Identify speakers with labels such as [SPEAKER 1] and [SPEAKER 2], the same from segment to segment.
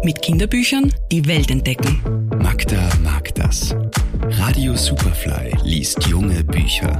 [SPEAKER 1] Mit Kinderbüchern die Welt entdecken.
[SPEAKER 2] Magda mag das. Radio Superfly liest junge Bücher.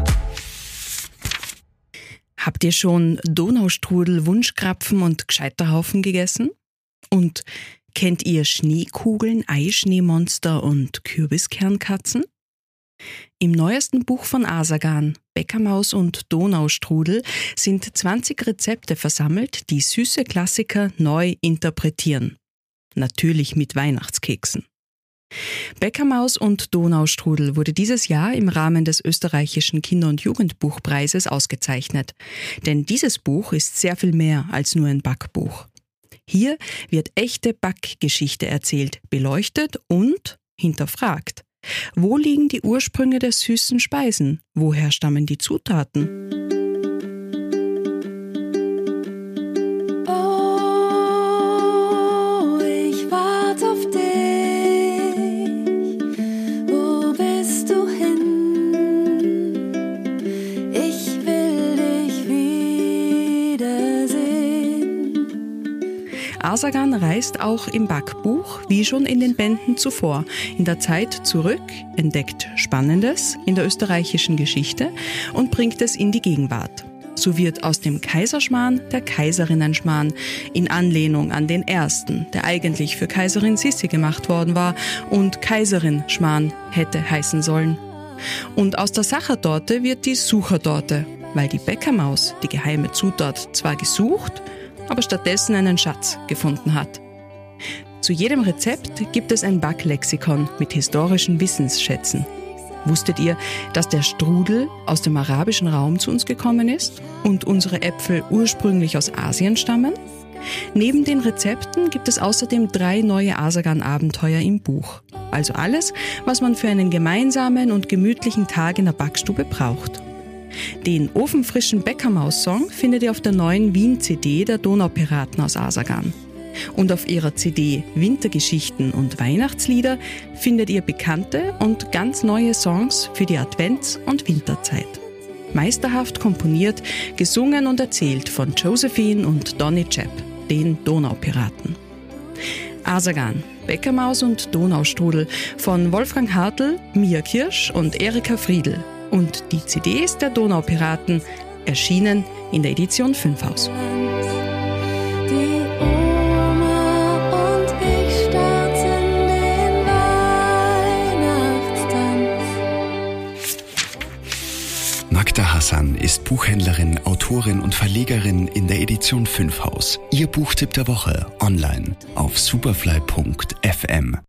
[SPEAKER 1] Habt ihr schon Donaustrudel, Wunschkrapfen und Gescheiterhaufen gegessen? Und kennt ihr Schneekugeln, Eischneemonster und Kürbiskernkatzen? Im neuesten Buch von Asagan, Bäckermaus und Donaustrudel, sind 20 Rezepte versammelt, die süße Klassiker neu interpretieren. Natürlich mit Weihnachtskeksen. Bäckermaus und Donaustrudel wurde dieses Jahr im Rahmen des österreichischen Kinder- und Jugendbuchpreises ausgezeichnet. Denn dieses Buch ist sehr viel mehr als nur ein Backbuch. Hier wird echte Backgeschichte erzählt, beleuchtet und hinterfragt. Wo liegen die Ursprünge der süßen Speisen? Woher stammen die Zutaten?
[SPEAKER 3] Oh, ich warte auf dich. Wo bist du hin? Ich will dich wiedersehen.
[SPEAKER 1] Asagan reist auch im Backbuch, wie schon in den Bänden zuvor, in der Zeit zurück, entdeckt Spannendes in der österreichischen Geschichte und bringt es in die Gegenwart. So wird aus dem Kaiserschmarrn der Kaiserinnenschmarrn in Anlehnung an den ersten, der eigentlich für Kaiserin Sissi gemacht worden war und Kaiserin-Schmarrn hätte heißen sollen. Und aus der Sachertorte wird die Suchertorte, weil die Bäckermaus die geheime Zutat zwar gesucht, aber stattdessen einen Schatz gefunden hat. Zu jedem Rezept gibt es ein Backlexikon mit historischen Wissensschätzen. Wusstet ihr, dass der Strudel aus dem arabischen Raum zu uns gekommen ist und unsere Äpfel ursprünglich aus Asien stammen? Neben den Rezepten gibt es außerdem 3 neue Asagan-Abenteuer im Buch. Also alles, was man für einen gemeinsamen und gemütlichen Tag in der Backstube braucht. Den ofenfrischen Bäckermaus-Song findet ihr auf der neuen Wien-CD der Donaupiraten aus Asagan. Und auf ihrer CD Wintergeschichten und Weihnachtslieder findet ihr bekannte und ganz neue Songs für die Advents- und Winterzeit. Meisterhaft komponiert, gesungen und erzählt von Josephine und Donny Chap, den Donaupiraten. Asagan, Bäckermaus und Donaustrudel von Wolfgang Hartl, Mia Kirsch und Erika Friedl. Und die CDs der Donaupiraten erschienen in der Edition 5 Haus.
[SPEAKER 2] Magda Hassan ist Buchhändlerin, Autorin und Verlegerin in der Edition 5 Haus. Ihr Buchtipp der Woche online auf superfly.fm.